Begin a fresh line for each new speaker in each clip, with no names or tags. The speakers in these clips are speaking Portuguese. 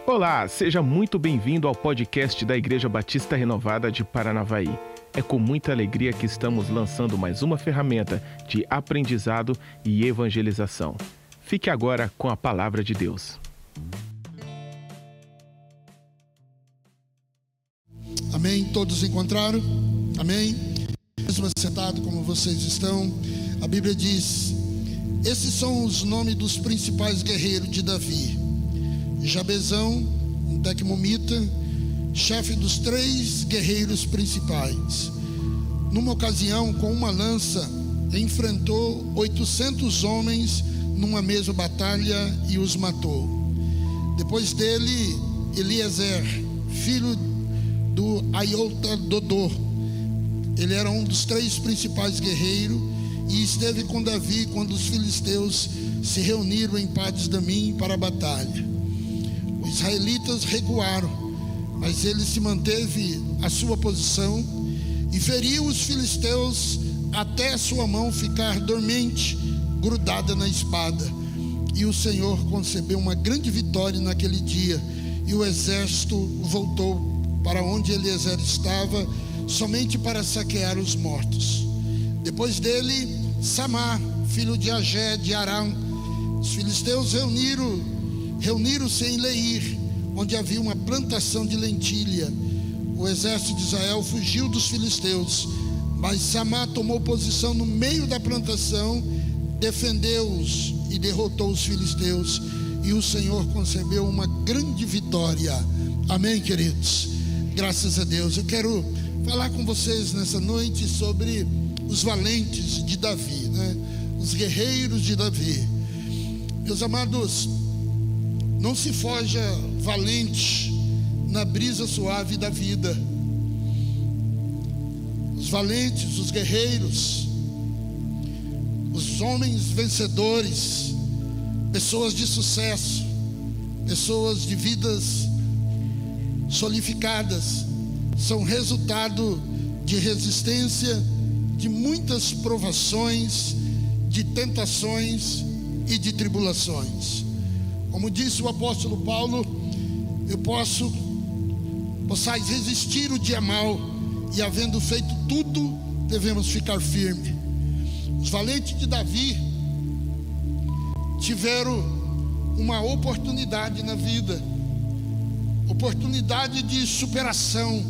Olá, seja muito bem-vindo ao podcast da Igreja Batista Renovada de Paranavaí. É com muita alegria que estamos lançando mais uma ferramenta de aprendizado e evangelização. Fique agora com a palavra de Deus.
Amém? Todos encontraram? Amém? Mesmo assentado como vocês estão, a Bíblia diz: esses são os nomes dos principais guerreiros de Davi. Jabezão, um tecmomita, chefe dos 3 guerreiros principais. Numa ocasião, com uma lança, enfrentou 800 homens numa mesma batalha e os matou. Depois dele, Eliezer, filho do Aiota Dodô. Ele era um dos 3 principais guerreiros e esteve com Davi quando os filisteus se reuniram em Pades-Damim para a batalha. Os israelitas recuaram, mas ele se manteve à sua posição e feriu os filisteus até sua mão ficar dormente, grudada na espada. E o Senhor concedeu uma grande vitória naquele dia, e o exército voltou para onde Eliezer estava, somente para saquear os mortos. Depois dele, Samá, filho de Agé de Aram. Os filisteus reuniram-se em Leir, onde havia uma plantação de lentilha. O exército de Israel fugiu dos filisteus, mas Samá tomou posição no meio da plantação, defendeu-os e derrotou os filisteus, e o Senhor concedeu uma grande vitória. Amém, queridos? Graças a Deus. Eu quero falar com vocês nessa noite sobre os valentes de Davi, né? Os guerreiros de Davi. Meus amados, não se foja valente na brisa suave da vida. Os valentes, os guerreiros, os homens vencedores, pessoas de sucesso, pessoas de vidas solidificadas, são resultado de resistência, de muitas provações, de tentações e de tribulações. Como disse o apóstolo Paulo: possais resistir o dia mau, e havendo feito tudo, devemos ficar firmes. Os valentes de Davi tiveram uma oportunidade na vida, oportunidade de superação,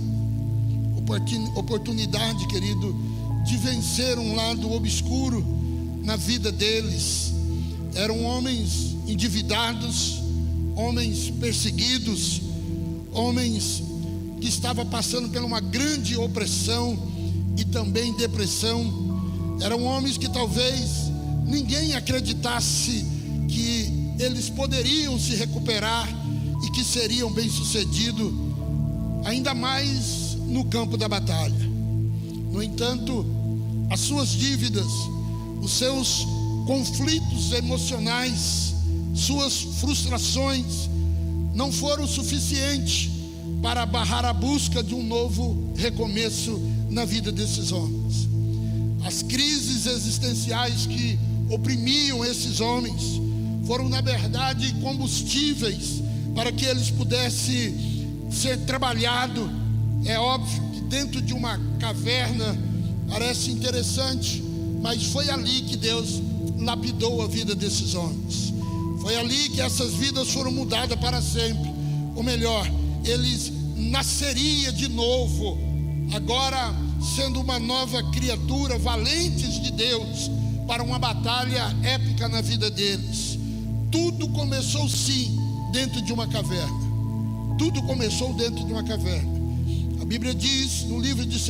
oportunidade, querido, de vencer um lado obscuro na vida deles. Eram homens endividados, homens perseguidos, homens que estavam passando por uma grande opressão e também depressão. Eram homens que talvez ninguém acreditasse que eles poderiam se recuperar e que seriam bem-sucedidos, ainda mais no campo da batalha. No entanto, as suas dívidas, os seus conflitos emocionais, suas frustrações não foram suficientes para barrar a busca de um novo recomeço na vida desses homens. As crises existenciais que oprimiam esses homens foram, na verdade, combustíveis para que eles pudessem ser trabalhados. É óbvio que dentro de uma caverna parece interessante, mas foi ali que Deus lapidou a vida desses homens. Foi ali que essas vidas foram mudadas para sempre. Ou melhor, eles nasceriam de novo, agora sendo uma nova criatura, valentes de Deus, para uma batalha épica na vida deles. Tudo começou sim dentro de uma caverna. Tudo começou dentro de uma caverna. A Bíblia diz no livro de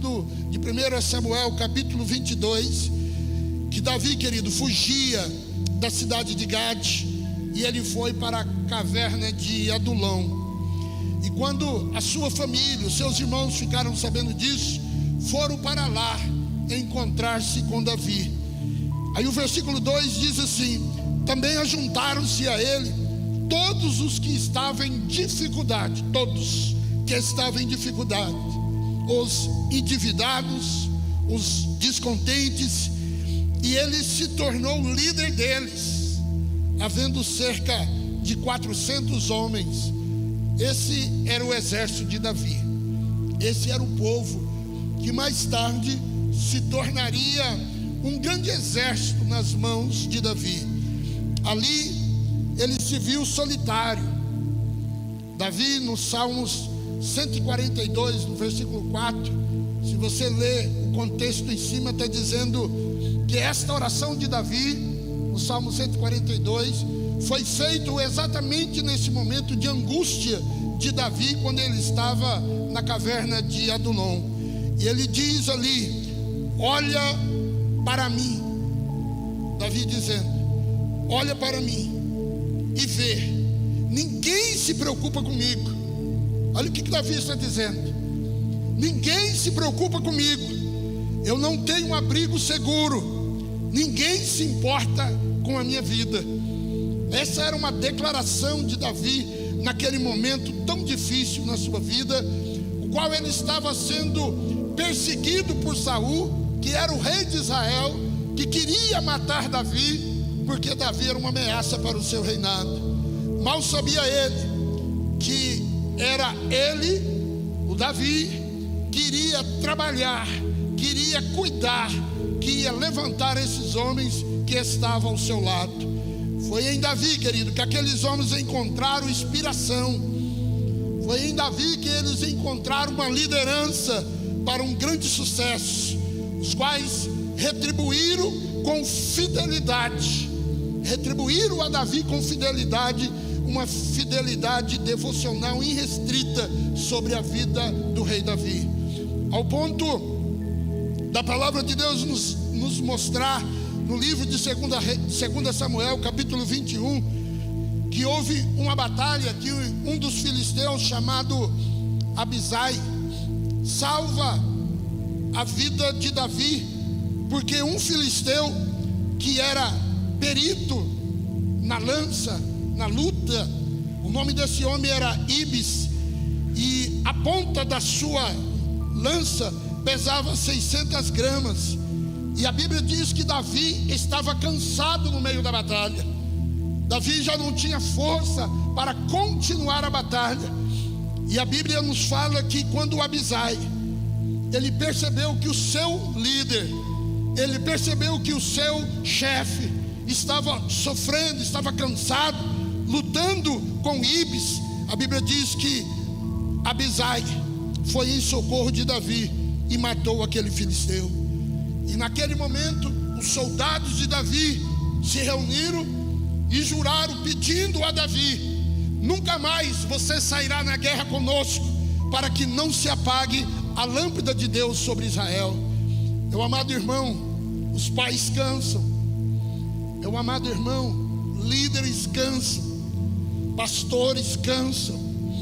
1 Samuel, capítulo 22, que Davi, querido, fugia da cidade de Gade e ele foi para a caverna de Adulão. E quando a sua família, os seus irmãos ficaram sabendo disso, foram para lá encontrar-se com Davi. Aí o versículo 2 diz assim: também ajuntaram-se a ele todos os que estavam em dificuldade, todos que estavam em dificuldade, os endividados, os descontentes, e ele se tornou o líder deles, havendo cerca de 400 homens. Esse era o exército de Davi. Esse era o povo que mais tarde se tornaria um grande exército nas mãos de Davi. Ali ele se viu solitário. Davi, nos Salmos 142, no versículo 4, se você ler o contexto em cima, está dizendo que esta oração de Davi, no Salmo 142, foi feito exatamente nesse momento de angústia de Davi, quando ele estava na caverna de Adulão. E ele diz ali: olha para mim, Davi dizendo, olha para mim e vê, ninguém se preocupa comigo. Olha o que Davi está dizendo: ninguém se preocupa comigo, eu não tenho um abrigo seguro, ninguém se importa com a minha vida. Essa era uma declaração de Davi naquele momento tão difícil na sua vida, o qual ele estava sendo perseguido por Saul, que era o rei de Israel, que queria matar Davi, porque Davi era uma ameaça para o seu reinado. Mal sabia ele que era ele, o Davi, que iria trabalhar, que iria cuidar, que ia levantar esses homens que estavam ao seu lado. Foi em Davi, querido, que aqueles homens encontraram inspiração. Foi em Davi que eles encontraram uma liderança para um grande sucesso, os quais retribuíram com fidelidade, retribuíram a Davi com fidelidade, uma fidelidade devocional irrestrita sobre a vida do rei Davi, ao ponto da palavra de Deus nos mostrar no livro de 2 Samuel, capítulo 21, que houve uma batalha que um dos filisteus, chamado Abisai, salva a vida de Davi, porque um filisteu que era perito na lança, na luta, o nome desse homem era Ibis, e a ponta da sua lança pesava 600 gramas. E a Bíblia diz que Davi estava cansado no meio da batalha. Davi já não tinha força para continuar a batalha. E a Bíblia nos fala que quando o Abisai, ele percebeu que o seu líder, ele percebeu que o seu chefe estava sofrendo, estava cansado, lutando com Ibis, a Bíblia diz que Abisai foi em socorro de Davi e matou aquele filisteu. E naquele momento, os soldados de Davi se reuniram e juraram, pedindo a Davi: nunca mais você sairá na guerra conosco, para que não se apague a lâmpada de Deus sobre Israel. Meu amado irmão, os pais cansam. Meu amado irmão, líderes cansam, pastores cansam.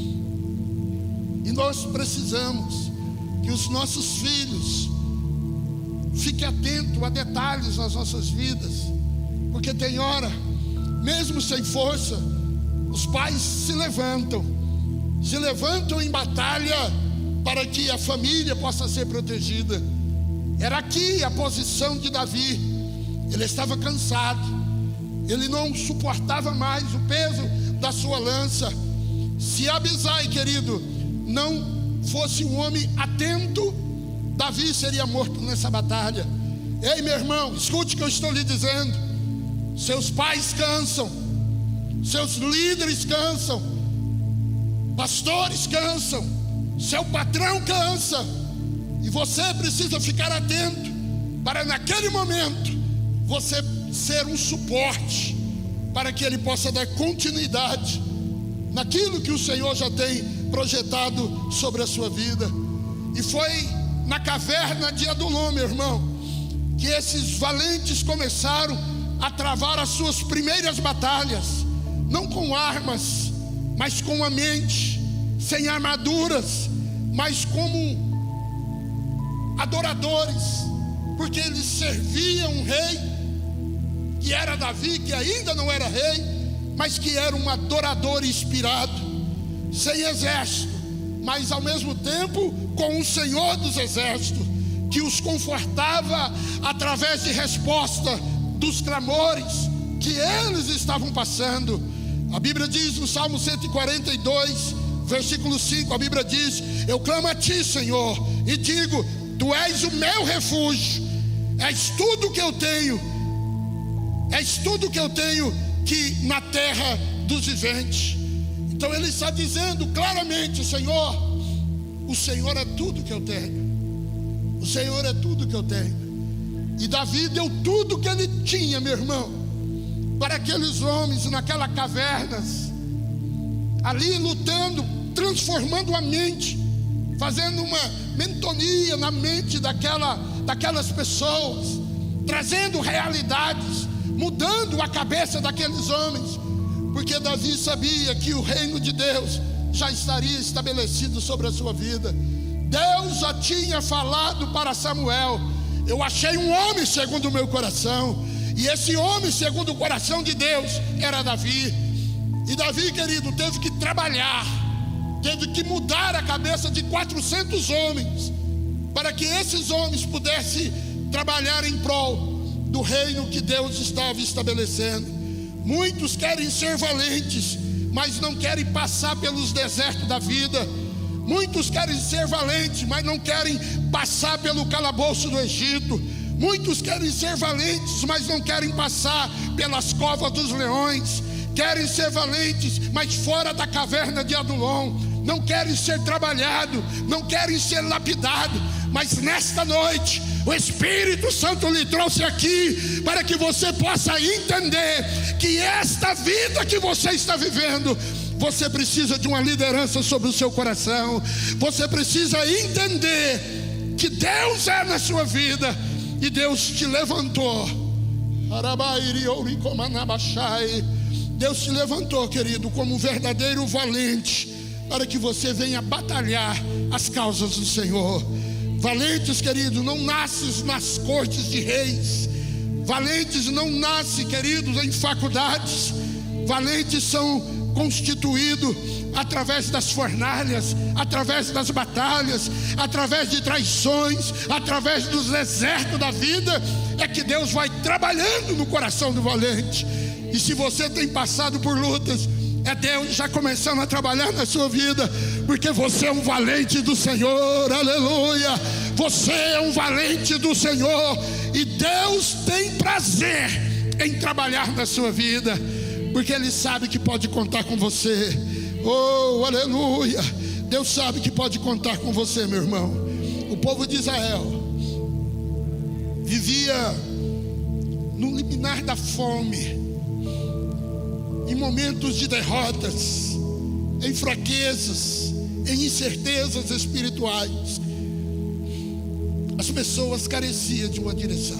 E nós precisamos que os nossos filhos fiquem atentos a detalhes nas nossas vidas, porque tem hora, mesmo sem força, os pais se levantam em batalha para que a família possa ser protegida. Era aqui a posição de Davi. Ele estava cansado, ele não suportava mais o peso da sua lança. Se Abisai, querido, não fosse um homem atento, Davi seria morto nessa batalha. Ei, meu irmão, escute o que eu estou lhe dizendo. Seus pais cansam, seus líderes cansam, pastores cansam, seu patrão cansa, e você precisa ficar atento para naquele momento você ser um suporte para que ele possa dar continuidade naquilo que o Senhor já tem projetado sobre a sua vida. E foi na caverna de Adulão, meu irmão, que esses valentes começaram a travar as suas primeiras batalhas, não com armas, mas com a mente, sem armaduras, mas como adoradores, porque eles serviam um rei, que era Davi, que ainda não era rei, mas que era um adorador inspirado, sem exército, mas ao mesmo tempo com o Senhor dos exércitos, que os confortava através de resposta dos clamores que eles estavam passando. A Bíblia diz no Salmo 142, versículo 5, a Bíblia diz: eu clamo a ti, Senhor, e digo: tu és o meu refúgio, és tudo que eu tenho, és tudo que eu tenho que na terra dos viventes. Então ele está dizendo claramente: Senhor, o Senhor é tudo que eu tenho, o Senhor é tudo que eu tenho. E Davi deu tudo que ele tinha, meu irmão, para aqueles homens naquela cavernas, ali lutando, transformando a mente, fazendo uma mentonia na mente daquelas pessoas, trazendo realidades, mudando a cabeça daqueles homens, porque Davi sabia que o reino de Deus já estaria estabelecido sobre a sua vida. Deus já tinha falado para Samuel: eu achei um homem segundo o meu coração. E esse homem segundo o coração de Deus era Davi. E Davi, querido, teve que trabalhar, teve que mudar a cabeça de 400 homens, para que esses homens pudessem trabalhar em prol do reino que Deus estava estabelecendo. Muitos querem ser valentes, mas não querem passar pelos desertos da vida. Muitos querem ser valentes, mas não querem passar pelo calabouço do Egito. Muitos querem ser valentes, mas não querem passar pelas covas dos leões. Querem ser valentes, mas fora da caverna de Adulão. Não querem ser trabalhados, não querem ser lapidados. Mas nesta noite, o Espírito Santo lhe trouxe aqui para que você possa entender que esta vida que você está vivendo, você precisa de uma liderança sobre o seu coração. Você precisa entender que Deus é na sua vida, e Deus te levantou. Deus te levantou, querido, como um verdadeiro valente, para que você venha batalhar as causas do Senhor. Valentes, querido, não nascem nas cortes de reis. Valentes não nascem, queridos, em faculdades. Valentes são constituídos através das fornalhas, através das batalhas, através de traições, através dos desertos da vida. É que Deus vai trabalhando no coração do valente. E se você tem passado por lutas, é Deus já começando a trabalhar na sua vida, porque você é um valente do Senhor, aleluia. Você é um valente do Senhor, e Deus tem prazer em trabalhar na sua vida, porque Ele sabe que pode contar com você. Oh, aleluia. Deus sabe que pode contar com você, meu irmão. O povo de Israel vivia no limiar da fome, em momentos de derrotas, em fraquezas, em incertezas espirituais. As pessoas careciam de uma direção.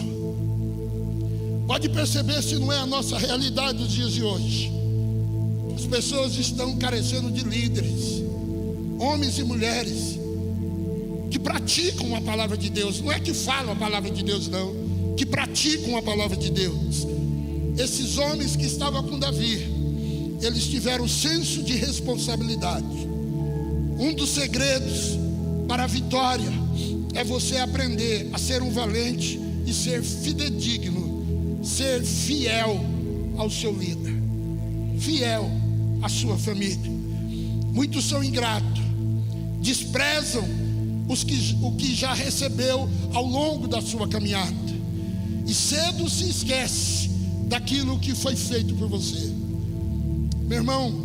Pode perceber se não é a nossa realidade nos dias de hoje. As pessoas estão carecendo de líderes, homens e mulheres que praticam a palavra de Deus. Não é que falam a palavra de Deus, não, que praticam a palavra de Deus. Esses homens que estavam com Davi, eles tiveram senso de responsabilidade. Um dos segredos para a vitória é você aprender a ser um valente e ser fidedigno, ser fiel ao seu líder, fiel à sua família. Muitos são ingratos, desprezam o que já recebeu ao longo da sua caminhada, e cedo se esquece daquilo que foi feito por você. Meu irmão,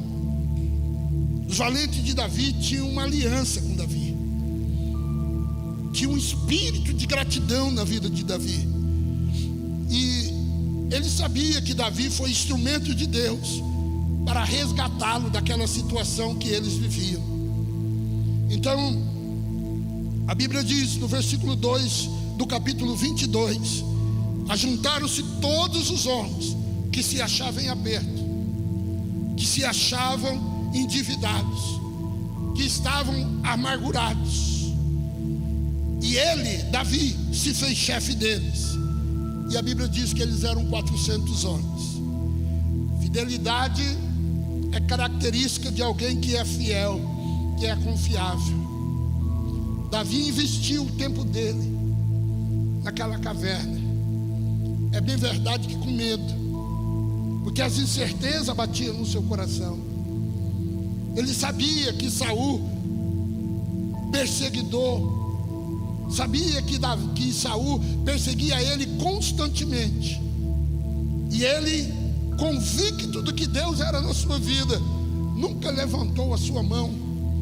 os valentes de Davi tinham uma aliança com Davi, tinha um espírito de gratidão na vida de Davi, e ele sabia que Davi foi instrumento de Deus para resgatá-lo daquela situação que eles viviam. Então, a Bíblia diz no versículo 2 do capítulo 22: ajuntaram-se todos os homens que se achavam em aperto, que se achavam endividados, que estavam amargurados, e ele, Davi, se fez chefe deles. E a Bíblia diz que eles eram 400 homens. Fidelidade é característica de alguém que é fiel, que é confiável. Davi investiu o tempo dele naquela caverna. É bem verdade que com medo, porque as incertezas batiam no seu coração. Ele sabia que Saul, perseguidor, sabia que Saul perseguia ele constantemente. E ele, convicto do que Deus era na sua vida, nunca levantou a sua mão.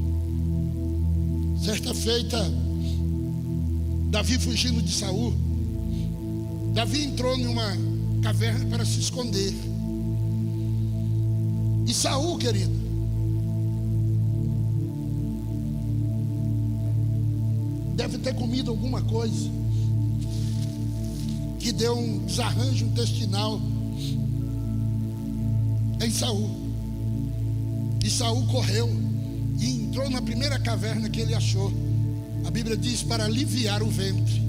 Certa feita, Davi fugindo de Saul, Davi entrou numa caverna para se esconder. E Saul, querido, deve ter comido alguma coisa que deu um desarranjo intestinal em Saul. E Saul correu e entrou na primeira caverna que ele achou. A Bíblia diz, para aliviar o ventre.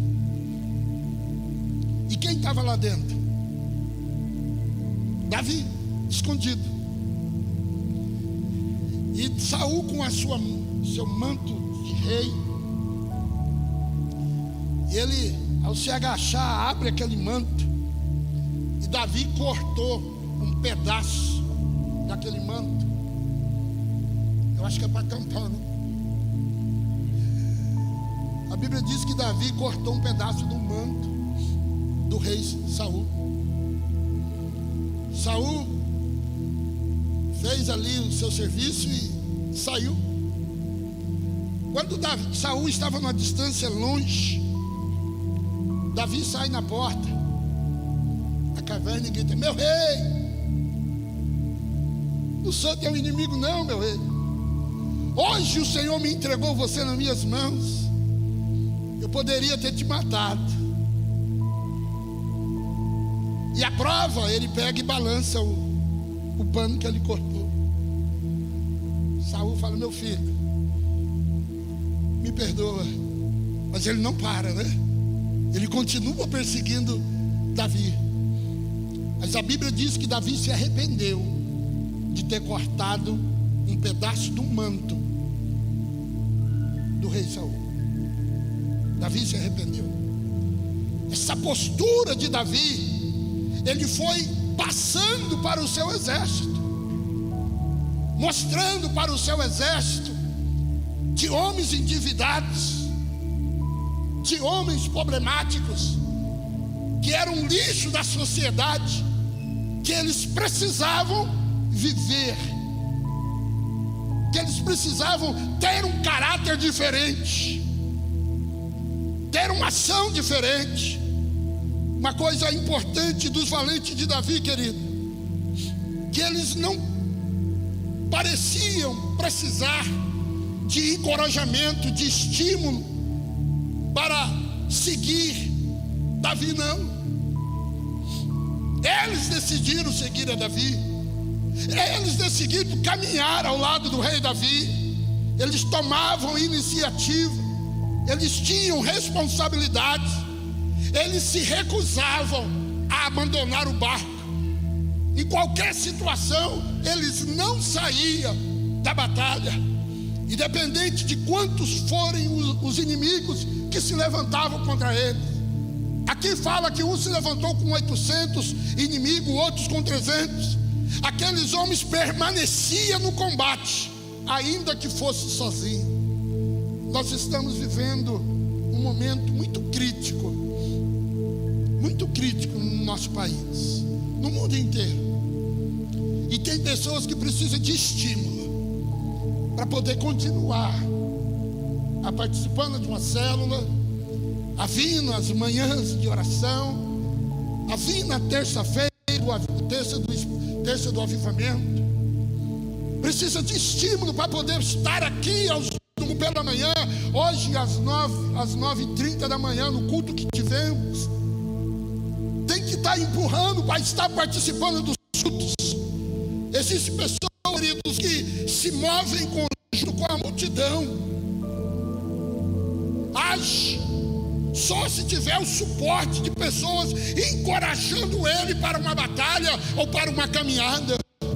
E quem estava lá dentro? Davi, escondido. E Saul, com seu manto de rei, ele, ao se agachar, abre aquele manto. E Davi cortou um pedaço daquele manto. Eu acho que é para cantar, né? A Bíblia diz que Davi cortou um pedaço do manto do rei Saul. Saul fez ali o seu serviço e saiu. Quando Saul estava numa distância longe, Davi sai na porta da caverna e grita: meu rei, não sou teu inimigo não, meu rei. Hoje o Senhor me entregou você nas minhas mãos. Eu poderia ter te matado. E a prova, ele pega e balança o pano que ele cortou. Saul fala: meu filho, me perdoa. Mas ele não para, né? Ele continua perseguindo Davi. Mas a Bíblia diz que Davi se arrependeu de ter cortado um pedaço do manto do rei Saul. Davi se arrependeu. Essa postura de Davi, ele foi passando para o seu exército, mostrando para o seu exército de homens endividados, de homens problemáticos, que eram um lixo da sociedade, que eles precisavam viver, que eles precisavam ter um caráter diferente, ter uma ação diferente. Uma coisa importante dos valentes de Davi, querido, que eles não pareciam precisar de encorajamento, de estímulo para seguir Davi, não. Eles decidiram seguir a Davi. Eles decidiram caminhar ao lado do rei Davi. Eles tomavam iniciativa. Eles tinham responsabilidades. Eles se recusavam a abandonar o barco. Em qualquer situação, eles não saíam da batalha, independente de quantos forem os inimigos que se levantavam contra eles. Aqui fala que um se levantou com 800 inimigos, outros com 300. Aqueles homens permaneciam no combate, ainda que fosse sozinho. Nós estamos vivendo um momento muito crítico no nosso país, no mundo inteiro. E tem pessoas que precisam de estímulo para poder continuar a participando de uma célula, a vir nas manhãs de oração, a vir na terça-feira, terça do avivamento. Precisa de estímulo para poder estar aqui aos domingos pela manhã. Hoje às 9h30 da manhã, no culto que tivemos, tem que estar empurrando para estar participando dos cultos. Existem pessoas, queridos, que se movem junto com a multidão. Age só se tiver o suporte de pessoas encorajando ele para uma batalha ou para uma caminhada.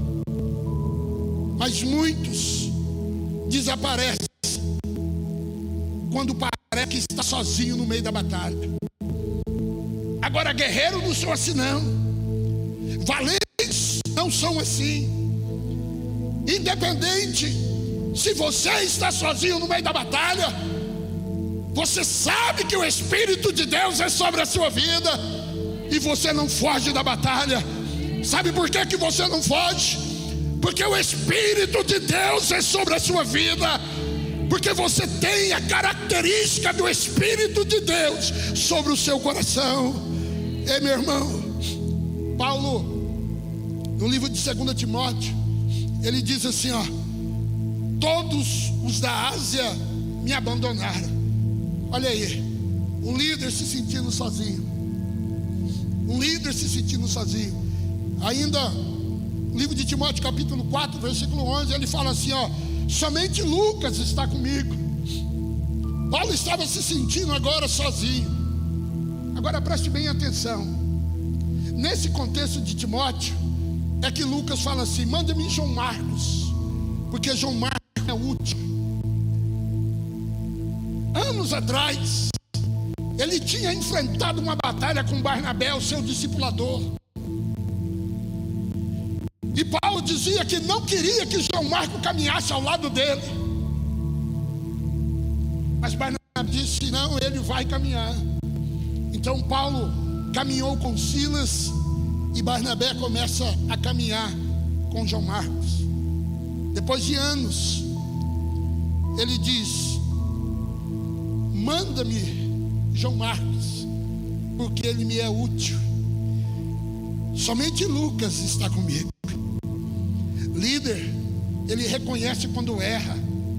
Mas muitos desaparecem quando parece que está sozinho no meio da batalha. Agora, guerreiros não são assim, não. Valentes não são assim. Independente Se você está sozinho no meio da batalha, você sabe que o Espírito de Deus é sobre a sua vida e você não foge da batalha. Sabe por que você não foge? Porque o Espírito de Deus é sobre a sua vida. Porque você tem a característica do Espírito de Deus sobre o seu coração. Ei, meu irmão, Paulo, no livro de 2 Timóteo, ele diz assim, ó: todos os da Ásia me abandonaram. Olha aí, um líder se sentindo sozinho. Um líder se sentindo sozinho. Ainda, no livro de Timóteo, capítulo 4, versículo 11, ele fala assim, ó: somente Lucas está comigo. Paulo estava se sentindo agora sozinho. Agora preste bem atenção. Nesse contexto de Timóteo, é que Lucas fala assim: manda-me João Marcos, porque João Marcos é útil. Anos atrás, ele tinha enfrentado uma batalha com Barnabé, o seu discipulador. E Paulo dizia que não queria que João Marcos caminhasse ao lado dele. Mas Barnabé disse: não, ele vai caminhar. Então Paulo caminhou com Silas e Barnabé começa a caminhar com João Marcos. Depois de anos, ele diz: manda-me João Marcos, porque ele me é útil. Somente Lucas está comigo. Líder, ele reconhece quando erra.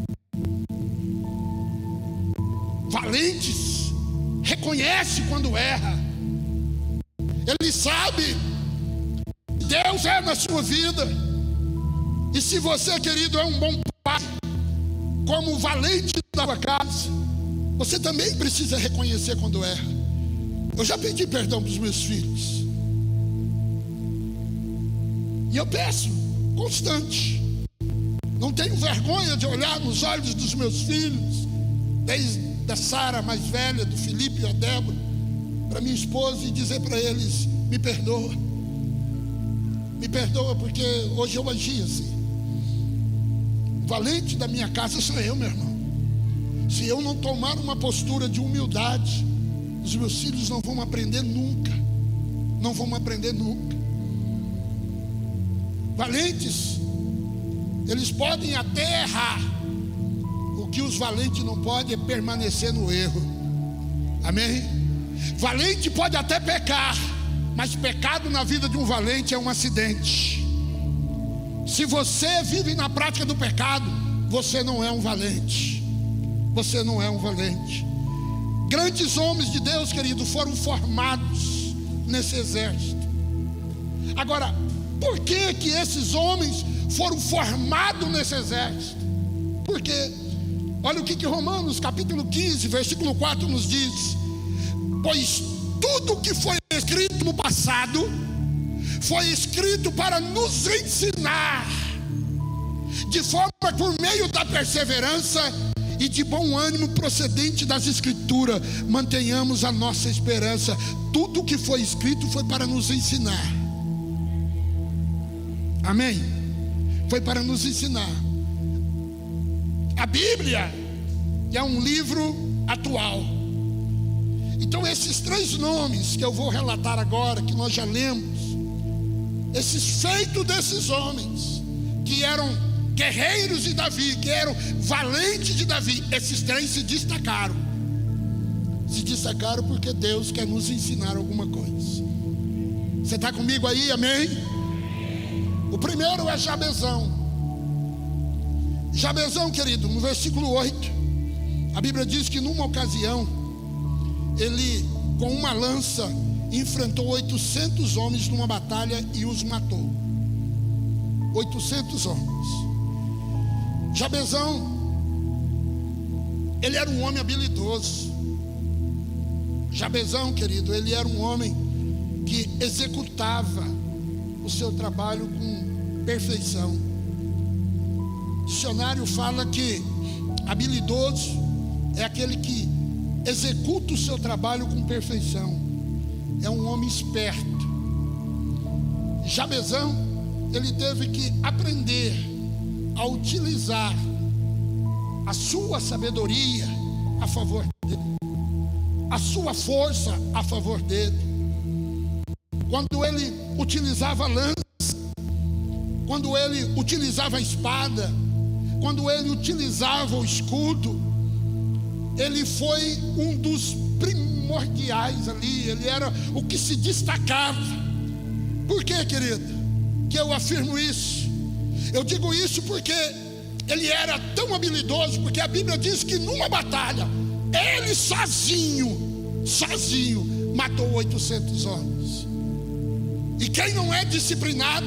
Valentes, reconhece quando erra. Ele sabe que Deus é na sua vida. E se você, querido, é um bom pai, como valente da sua casa, você também precisa reconhecer quando erra. Eu já pedi perdão para os meus filhos, e eu peço constante. Não tenho vergonha de olhar nos olhos dos meus filhos, desde a Sara mais velha, do Felipe e a Débora, para minha esposa, e dizer para eles: me perdoa. Me perdoa porque hoje eu agi assim. O valente da minha casa sou eu, meu irmão. Se eu não tomar uma postura de humildade, os meus filhos não vão aprender nunca. Não vão aprender nunca. Valentes, eles podem até errar. O que os valentes não podem é permanecer no erro. Amém? Valente pode até pecar, mas pecado na vida de um valente é um acidente. Se você vive na prática do pecado, você não é um valente. Você não é um valente. Grandes homens de Deus, querido, foram formados nesse exército. Agora, por que que esses homens foram formados nesse exército? Porque, olha o que Romanos capítulo 15, versículo 4 nos diz: pois tudo que foi escrito no passado foi escrito para nos ensinar, de forma que por meio da perseverança e de bom ânimo procedente das escrituras, mantenhamos a nossa esperança. Tudo que foi escrito foi para nos ensinar. Amém? Foi para nos ensinar. A Bíblia é um livro atual. Então esses 3 nomes que eu vou relatar agora, que nós já lemos, esses feitos desses homens, que eram guerreiros de Davi, que eram valentes de Davi, esses 3 se destacaram. Se destacaram porque Deus quer nos ensinar alguma coisa. Você está comigo aí? Amém? O primeiro é Jabezão. Jabezão, querido, no versículo 8, a Bíblia diz que numa ocasião, ele com uma lança enfrentou 800 homens numa batalha e os matou. 800 homens. Jabezão, ele era um homem habilidoso. Jabezão, querido, ele era um homem que executava o seu trabalho com perfeição. O dicionário fala que habilidoso é aquele que executa o seu trabalho com perfeição. É um homem esperto. Jabezão, ele teve que aprender a utilizar a sua sabedoria a favor dele, a sua força a favor dele. Quando ele utilizava a lança, quando ele utilizava a espada, quando ele utilizava o escudo, ele foi um dos primordiais ali, ele era o que se destacava. Por quê, querido, que eu afirmo isso? Eu digo isso porque ele era tão habilidoso, porque a Bíblia diz que numa batalha, ele sozinho, matou 800 homens. E quem não é disciplinado,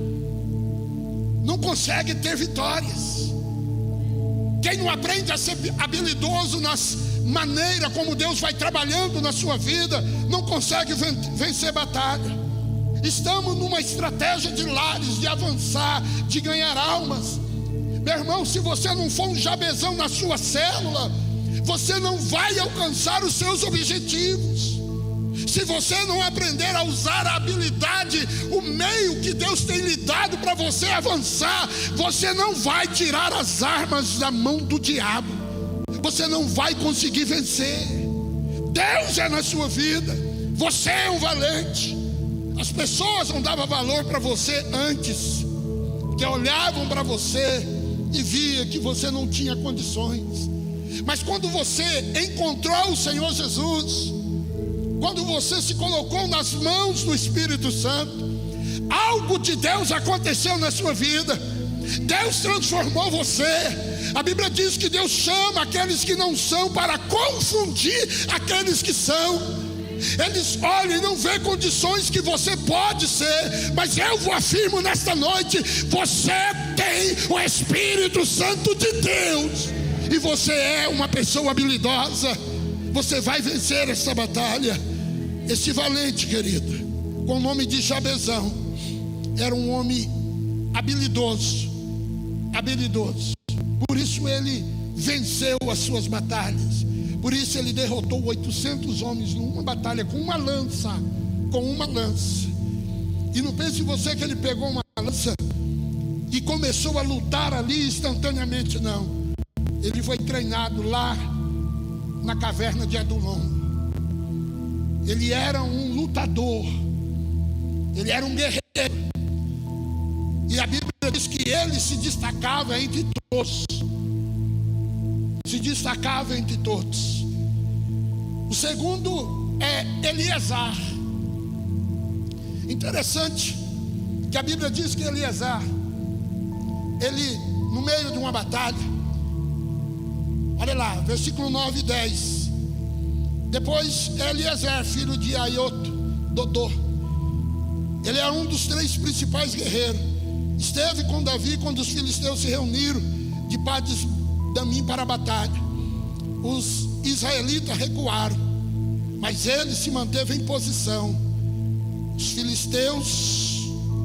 não consegue ter vitórias. Quem não aprende a ser habilidoso nas maneiras como Deus vai trabalhando na sua vida, não consegue vencer batalha. Estamos numa estratégia de lares, de avançar, de ganhar almas. Meu irmão, se você não for um Jabezão na sua célula, você não vai alcançar os seus objetivos. Se você não aprender a usar a habilidade, o meio que Deus tem lhe dado para você avançar, você não vai tirar as armas da mão do diabo. Você não vai conseguir vencer. Deus é na sua vida. Você é um valente. As pessoas não davam valor para você antes, que olhavam para você e via que você não tinha condições. Mas quando você encontrou o Senhor Jesus, quando você se colocou nas mãos do Espírito Santo, algo de Deus aconteceu na sua vida. Deus transformou você. A Bíblia diz que Deus chama aqueles que não são para confundir aqueles que são. Eles olham e não vê condições que você pode ser, mas eu afirmo nesta noite: você tem o Espírito Santo de Deus, e você é uma pessoa habilidosa. Você vai vencer essa batalha. Esse valente, querido, com o nome de Jabezão, era um homem habilidoso. Por isso ele venceu as suas batalhas. Por isso ele derrotou 800 homens numa batalha com uma lança. E não pense você que ele pegou uma lança e começou a lutar ali instantaneamente, não. Ele foi treinado lá na caverna de Adulão. Ele era um lutador, ele era um guerreiro. E a Bíblia diz que ele se destacava entre todos. O segundo é Eleazar. Interessante que a Bíblia diz que Eleazar, ele no meio de uma batalha, olha lá, versículo 9 e 10. Depois Eleazar, filho de Aioto, Dodô, ele era um dos 3 principais guerreiros. Esteve com Davi quando os filisteus se reuniram de Pades-Damim para a batalha. Os israelitas recuaram, mas ele se manteve em posição. Os filisteus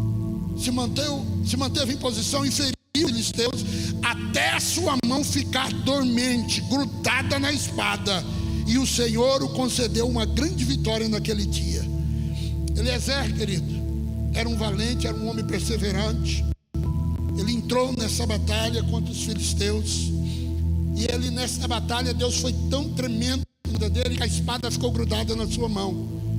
se manteve em posição e feriu os filisteus até a sua mão ficar dormente, grudada na espada. E o Senhor o concedeu uma grande vitória naquele dia. Eleazar, querido, era um valente, era um homem perseverante. Ele entrou nessa batalha contra os filisteus. E ele nessa batalha, Deus foi tão tremendo na vida dele que a espada ficou grudada na sua mão.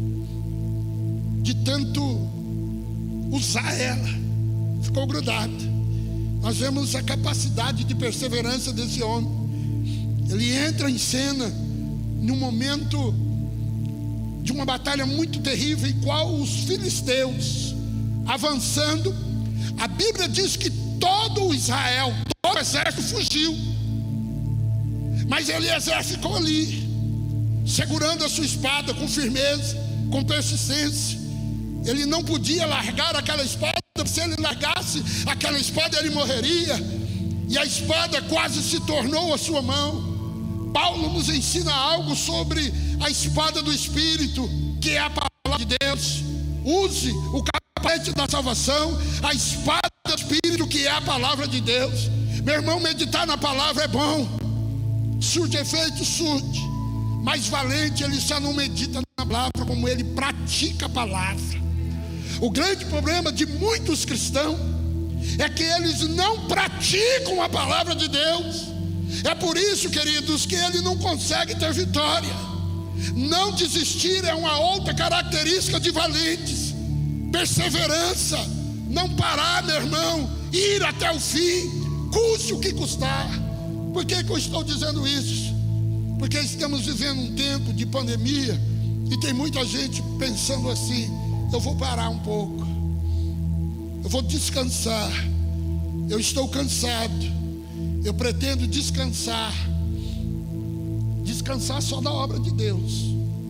De tanto usar ela, ficou grudada. Nós vemos a capacidade de perseverança desse homem. Ele entra em cena num momento de uma batalha muito terrível, em qual os filisteus avançando, a Bíblia diz que todo o Israel, todo o exército fugiu, mas Eleazar ficou ali, segurando a sua espada com firmeza, com persistência. Ele não podia largar aquela espada. Se ele largasse aquela espada, ele morreria. E a espada quase se tornou a sua mão. Paulo nos ensina algo sobre a espada do Espírito, que é a palavra de Deus. Use o capacete da salvação, a espada do Espírito, que é a palavra de Deus. Meu irmão, meditar na palavra é bom. Surte efeito, surte. Mas valente, ele só não medita na palavra como ele pratica a palavra. O grande problema de muitos cristãos é que eles não praticam a palavra de Deus. É por isso, queridos, que ele não consegue ter vitória. Não desistir é uma outra característica de valentes. Perseverança, não parar, meu irmão, ir até o fim, custe o que custar. Por que eu estou dizendo isso? Porque estamos vivendo um tempo de pandemia e tem muita gente pensando assim: eu vou parar um pouco, eu vou descansar, eu estou cansado, eu pretendo descansar. Descansar só da obra de Deus,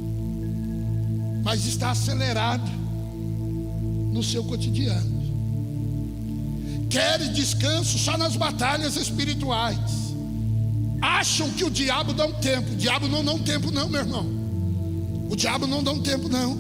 mas está acelerado no seu cotidiano. Quer descanso só nas batalhas espirituais. Acham que o diabo dá um tempo. O diabo não dá um tempo não, meu irmão. O diabo não dá um tempo não.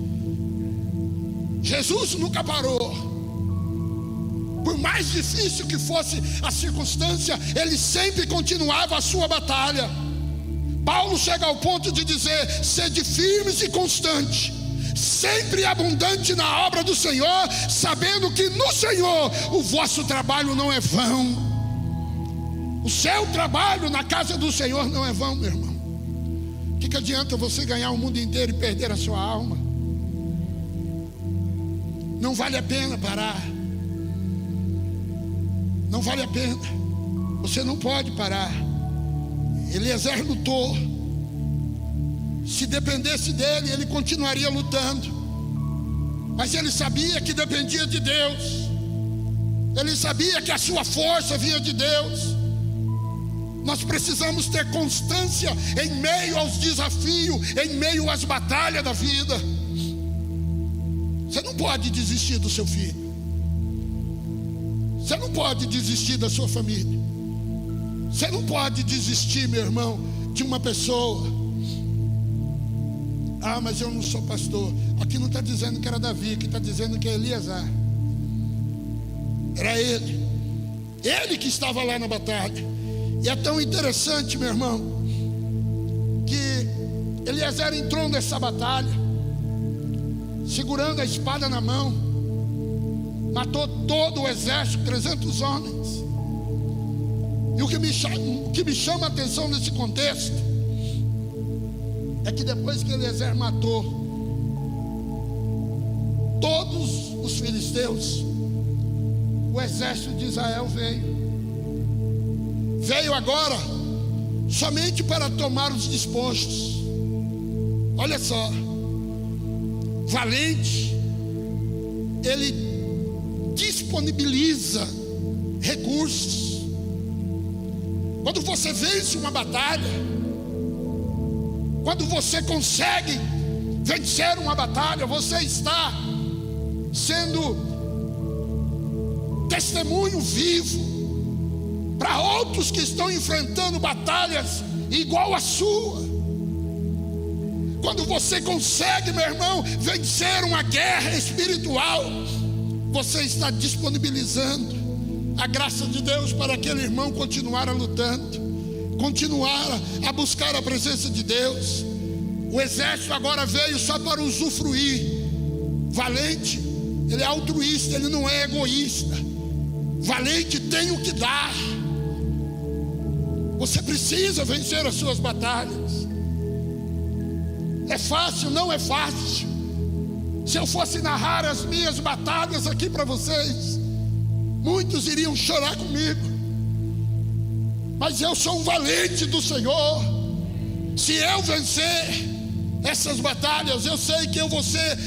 Jesus nunca parou. Por mais difícil que fosse a circunstância, ele sempre continuava a sua batalha. Paulo chega ao ponto de dizer: sede firmes e constantes, sempre abundante na obra do Senhor, sabendo que no Senhor o vosso trabalho não é vão. O seu trabalho na casa do Senhor não é vão, meu irmão. O que adianta você ganhar o mundo inteiro e perder a sua alma? Não vale a pena parar. Não vale a pena. Você não pode parar. Eliezer lutou. Se dependesse dele, ele continuaria lutando. Mas ele sabia que dependia de Deus. Ele sabia que a sua força vinha de Deus. Nós precisamos ter constância em meio aos desafios, em meio às batalhas da vida. Você não pode desistir do seu filho. Você não pode desistir da sua família. Você não pode desistir, meu irmão, de uma pessoa. Ah, mas eu não sou pastor. Aqui não está dizendo que era Davi, aqui está dizendo que é Eliezer. Era ele. Ele que estava lá na batalha. E é tão interessante, meu irmão, que Eliezer entrou nessa batalha, segurando a espada na mão, matou todo o exército, 300 homens. E o que me chama a atenção nesse contexto é que depois que Eliezer matou todos os filisteus, o exército de Israel veio agora somente para tomar os despojos. Olha só, valente, ele disponibiliza recursos. Quando você vence uma batalha, quando você consegue vencer uma batalha, você está sendo testemunho vivo para outros que estão enfrentando batalhas igual a sua. Quando você consegue, meu irmão, vencer uma guerra espiritual, você está disponibilizando a graça de Deus para aquele irmão continuar a lutando, continuar a buscar a presença de Deus. O exército agora veio só para usufruir. Valente, ele é altruísta, ele não é egoísta. Valente tem o que dar. Você precisa vencer as suas batalhas. É fácil? Não é fácil. Se eu fosse narrar as minhas batalhas aqui para vocês, muitos iriam chorar comigo. Mas eu sou um valente do Senhor. Se eu vencer essas batalhas, eu sei que eu vou ser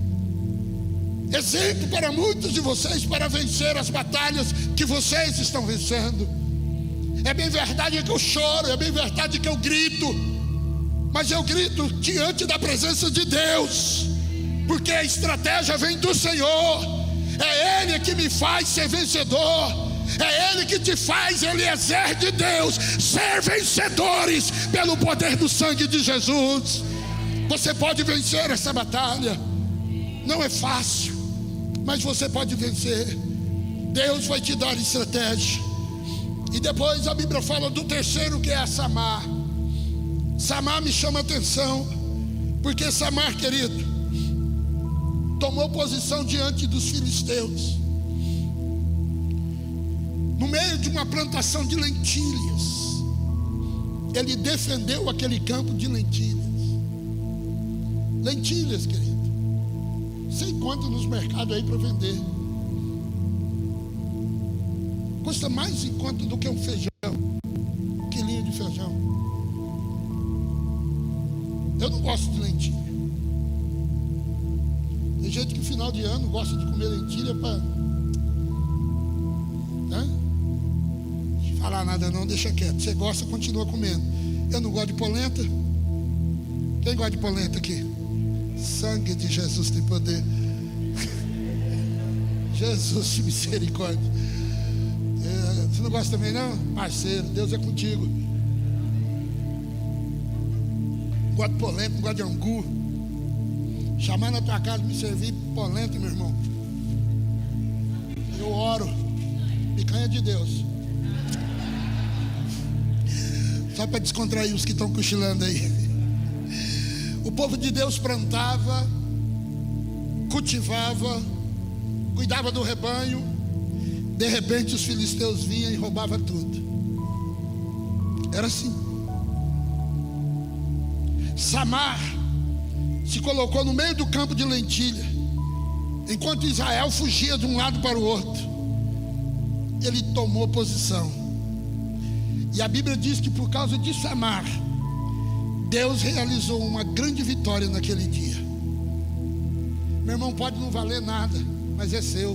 exemplo para muitos de vocês para vencer as batalhas que vocês estão vencendo. É bem verdade que eu choro, é bem verdade que eu grito, mas eu grito diante da presença de Deus, porque a estratégia vem do Senhor. É Ele que me faz ser vencedor. É Ele que te faz, Eliezer de Deus, ser vencedores pelo poder do sangue de Jesus. Você pode vencer essa batalha. Não é fácil, mas você pode vencer. Deus vai te dar estratégia. E depois a Bíblia fala do terceiro, que é a Samar. Samar me chama a atenção, porque Samar, querido, tomou posição diante dos filisteus, no meio de uma plantação de lentilhas. ele defendeu aquele campo de lentilhas. Lentilhas, querido, sei quanto nos mercados aí para vender. Custa mais em conta do que um feijão, um quilinho de feijão. Eu não gosto de lentilha. Tem gente que no final de ano gosta de comer lentilha para... Não falar nada não, deixa quieto. Você gosta, continua comendo. Eu não gosto de polenta. Quem gosta de polenta aqui? Sangue de Jesus tem poder. Jesus de misericórdia. Você não gosta também não? Parceiro, Deus é contigo. Não gosto de polenta, não gosto de angu. Chamar na tua casa me servir polenta, meu irmão. Eu oro. Picanha de Deus. Só para descontrair os que estão cochilando aí. O povo de Deus plantava, cultivava, cuidava do rebanho. De repente os filisteus vinham e roubavam tudo. Era assim. Samar se colocou no meio do campo de lentilha, enquanto Israel fugia de um lado para o outro. Ele tomou posição. E a Bíblia diz que por causa de Samar, Deus realizou uma grande vitória naquele dia. Meu irmão, pode não valer nada, mas é seu.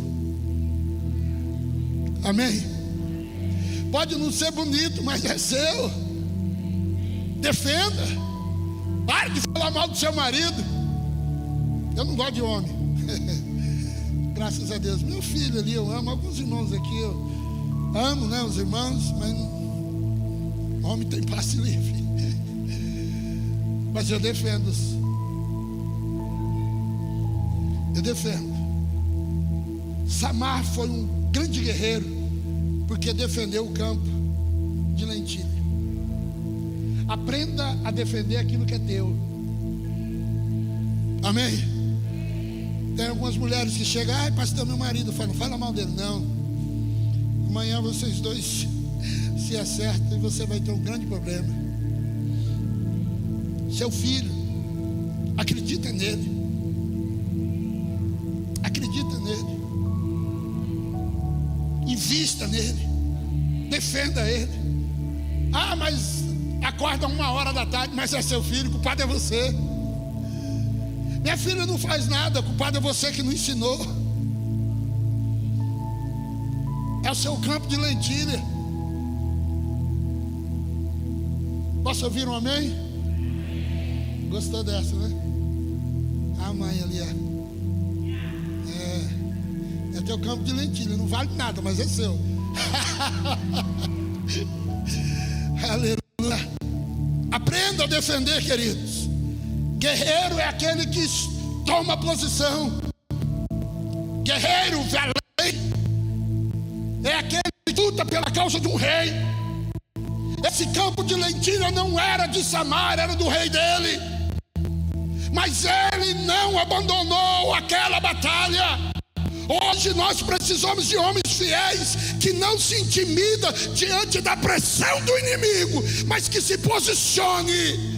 Amém? Pode não ser bonito, mas é seu. Defenda. Pare de falar mal do seu marido. Eu não gosto de homem. Graças a Deus. Meu filho ali eu amo. Alguns irmãos aqui eu amo, né? Os irmãos, mas homem tem passe livre. Mas eu defendo-os. Eu defendo. Samar foi um grande guerreiro, porque defendeu o campo de lentilha. Aprenda a defender aquilo que é teu. Amém? Tem algumas mulheres que chegam: ai, pastor, meu marido. Não fala mal dele, não. Amanhã vocês dois se acertam e você vai ter um grande problema. Seu filho, acredita nele. Acredita nele. Invista nele. Defenda ele. Ah, mas acorda 1h da tarde, mas é seu filho, o culpado é você. Minha filha não faz nada, o culpado é você que não ensinou. É o seu campo de lentilha. Posso ouvir um amém? Gostou dessa, né? A mãe ali, ó. É teu campo de lentilha, não vale nada, mas é seu. Aleluia. Aprenda a defender, queridos. Guerreiro é aquele que toma posição. Guerreiro, valente, é aquele que luta pela causa de um rei. Esse campo de lentilha não era de Samar, era do rei dele. Mas ele não abandonou aquela batalha. Hoje nós precisamos de homens fiéis que não se intimidam diante da pressão do inimigo, mas que se posicione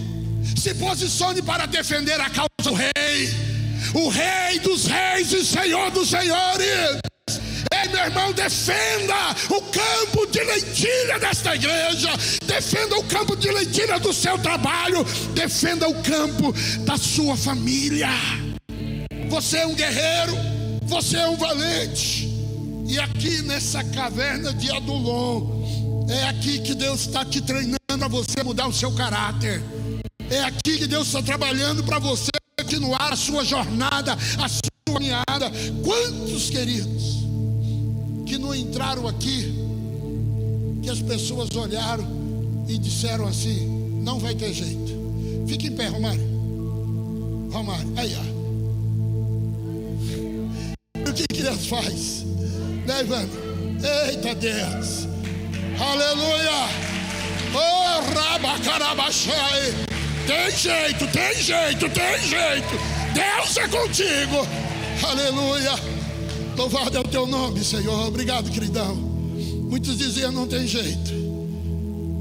para defender a causa do rei, o rei dos reis e senhor dos senhores. Ei, meu irmão, defenda o campo de lentilha desta igreja, defenda o campo de lentilha do seu trabalho, defenda o campo da sua família. Você é um guerreiro, você é um valente. E aqui nessa caverna de Adulão, é aqui que Deus está te treinando a você mudar o seu caráter. É aqui que Deus está trabalhando para você continuar a sua jornada, a sua caminhada. Quantos, queridos, que não entraram aqui, que as pessoas olharam e disseram assim: não vai ter jeito. Fica em pé, Romário. Romário, aí ó. O que Deus faz? Né, Ivana? Eita Deus! Aleluia! Oh, rabacarabachai! Tem jeito, tem jeito, tem jeito! Deus é contigo! Aleluia! Louvado é o teu nome, Senhor. Obrigado, queridão. Muitos diziam: não tem jeito.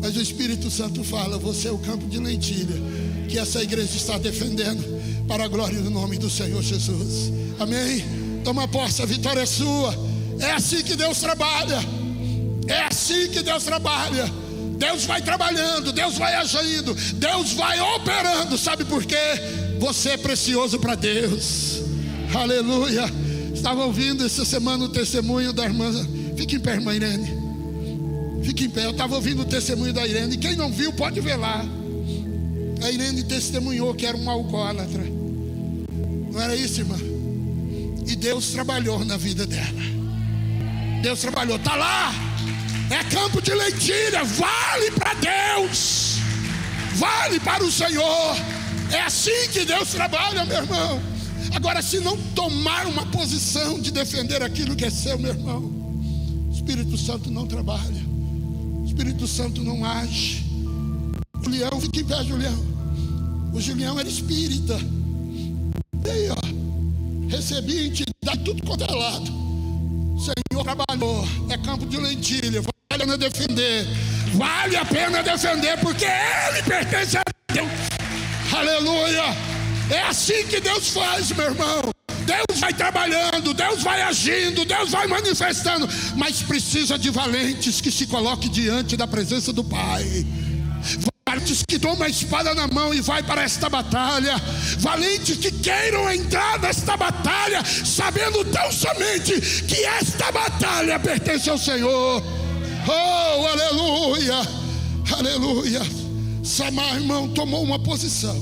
Mas o Espírito Santo fala: você é o campo de lentilha que essa igreja está defendendo para a glória do nome do Senhor Jesus. Amém? Toma posse, a vitória é sua. É assim que Deus trabalha. É assim que Deus trabalha. Deus vai trabalhando, Deus vai agindo, Deus vai operando. Sabe por quê? Você é precioso para Deus. Aleluia. Estava ouvindo essa semana o testemunho da irmã. Fique em pé, irmã Irene. Fique em pé. Eu estava ouvindo o testemunho da Irene. Quem não viu pode ver lá. A Irene testemunhou que era uma alcoólatra. Não era isso, irmã? E Deus trabalhou na vida dela. Deus trabalhou, está lá. É campo de lentilha. Vale para Deus. Vale para o Senhor. É assim que Deus trabalha, meu irmão. Agora, se não tomar uma posição de defender aquilo que é seu, meu irmão, o Espírito Santo não trabalha. O Espírito Santo não age. Julião, fica em pé, Julião. O Julião era espírita. E aí, ó, recebia entidade tudo quanto é lado. O Senhor trabalhou. É campo de lentilha. Vale a pena defender. Vale a pena defender, porque Ele pertence a Deus. Aleluia. É assim que Deus faz, meu irmão. Deus vai trabalhando, Deus vai agindo, Deus vai manifestando. Mas precisa de valentes que se coloquem diante da presença do Pai. Valentes que tomam a espada na mão e vai para esta batalha. Valentes que queiram entrar nesta batalha, sabendo tão somente que esta batalha pertence ao Senhor. Oh, aleluia, aleluia. Samar, irmão, tomou uma posição.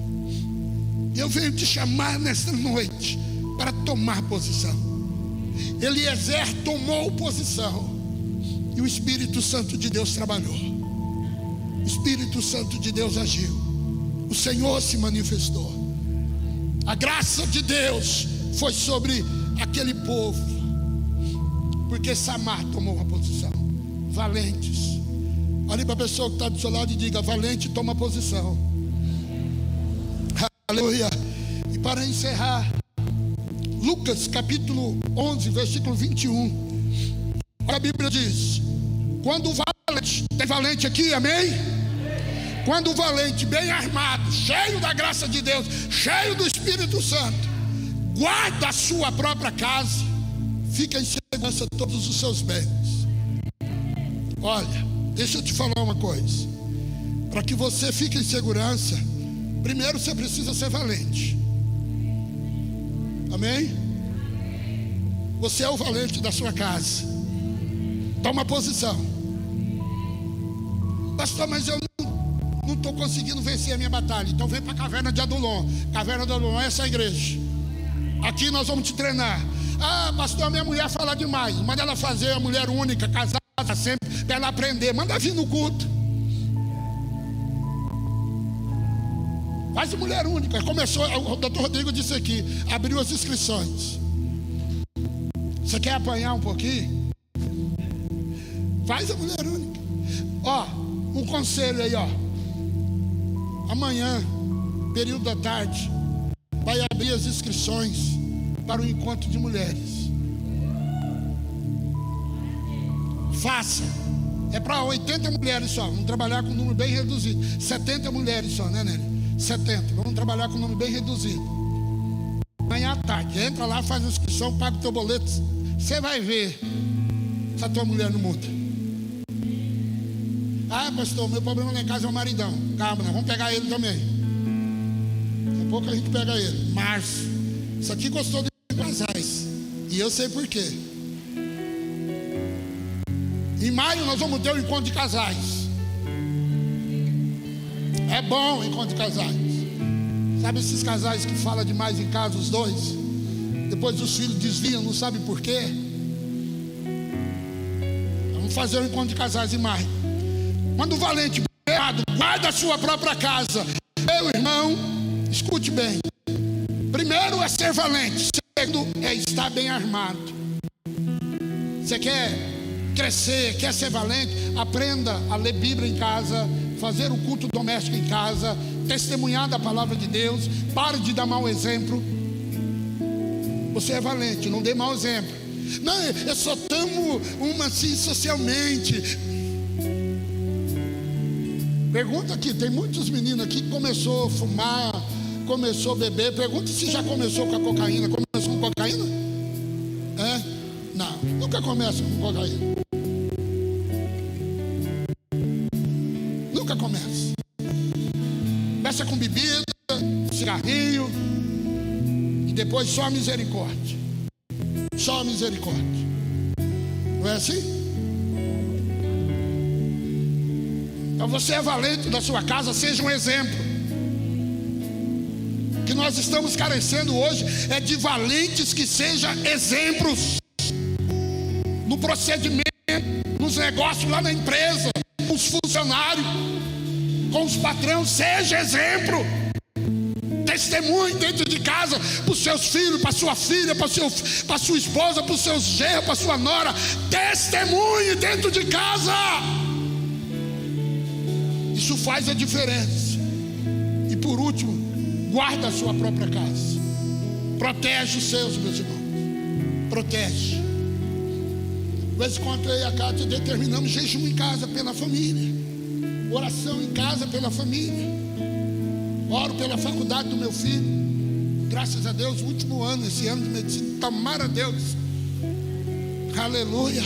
Eu venho te chamar nesta noite para tomar posição. Eliezer tomou posição e o Espírito Santo de Deus trabalhou. O Espírito Santo de Deus agiu. O Senhor se manifestou. A graça de Deus foi sobre aquele povo, porque Samar tomou uma posição. Valentes. Olhe para a pessoa que está do seu lado e diga: valente, toma posição. Aleluia. E para encerrar, Lucas capítulo 11, versículo 21. A Bíblia diz: quando o valente, tem valente aqui, amém? Quando o valente, bem armado, cheio da graça de Deus, cheio do Espírito Santo, guarda a sua própria casa, fica em segurança todos os seus bens. Olha, deixa eu te falar uma coisa. Para que você fique em segurança, primeiro você precisa ser valente. Amém? Você é o valente da sua casa. Toma posição. Pastor, mas eu não estou conseguindo vencer a minha batalha. Então vem para a caverna de Adulão. Caverna de Adulão é essa igreja. Aqui nós vamos te treinar. Ah, pastor, a minha mulher fala demais. Manda ela fazer a mulher única, casada sempre, para ela aprender. Manda vir no culto. Faz a mulher única. Começou, o doutor Rodrigo disse aqui, abriu as inscrições. Você quer apanhar um pouquinho? Faz a mulher única. Ó, um conselho aí, ó. Amanhã, período da tarde, vai abrir as inscrições para o encontro de mulheres. Faça. É para 80 mulheres só. Vamos trabalhar com um número bem reduzido. 70 mulheres só, né, Nelly? 70. Vamos trabalhar com um número bem reduzido. Amanhã à tarde. Entra lá, faz a inscrição, paga o teu boleto. Você vai ver se a tua mulher não muda. Ah, pastor, meu problema lá em casa é o maridão. Calma, nós vamos pegar ele também. Daqui a pouco a gente pega ele. Março. Isso aqui gostou de casais. E eu sei por quê. Em maio nós vamos ter o encontro de casais. É bom o encontro de casais. Sabe esses casais que falam demais em casa, os dois? Depois os filhos desviam, não sabem por quê. Vamos fazer o encontro de casais em maio. Quando o valente guarda a sua própria casa. Meu irmão, escute bem. Primeiro é ser valente. Segundo é estar bem armado. Você quer crescer, quer ser valente? Aprenda a ler Bíblia em casa, fazer o culto doméstico em casa, testemunhar da palavra de Deus. Pare de dar mau exemplo. Você é valente, não dê mau exemplo. Não, eu só tomo uma assim socialmente. Pergunta aqui, tem muitos meninos aqui que começou a fumar, começou a beber. Pergunta se já começou com a cocaína. Começou com cocaína? Não, nunca começa com cocaína. Nunca começa. Começa com bebida, cigarrinho, e depois só a misericórdia. Só a misericórdia. Não é assim? Então você é valente da sua casa, seja um exemplo. O que nós estamos carecendo hoje é de valentes que sejam exemplos. No procedimento, nos negócios lá na empresa, com os funcionários, com os patrões, seja exemplo. Testemunhe dentro de casa, para os seus filhos, para sua filha, para sua esposa, para os seus genros, para sua nora. Testemunhe dentro de casa. Isso faz a diferença. E por último, guarda a sua própria casa. Protege os seus, meus irmãos. Protege. De vez em quando eu e a Cátia determinamos jejum em casa pela família. Oração em casa pela família. Oro pela faculdade do meu filho. Graças a Deus, último ano, esse ano de medicina. Tomara a Deus. Aleluia.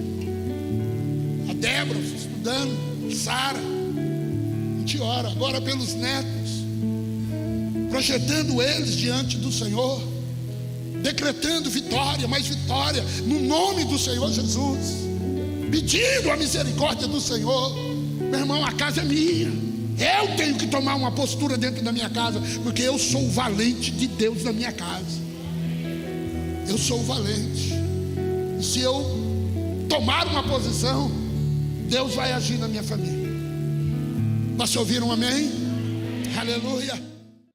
A Débora estudando. Sara. A gente ora agora pelos netos, projetando eles diante do Senhor, decretando vitória, mais vitória, no nome do Senhor Jesus, pedindo a misericórdia do Senhor. Meu irmão, a casa é minha. Eu tenho que tomar uma postura dentro da minha casa, porque eu sou o valente de Deus na minha casa. Eu sou o valente. E se eu tomar uma posição, Deus vai agir na minha família. Posso ouvir um amém? Aleluia.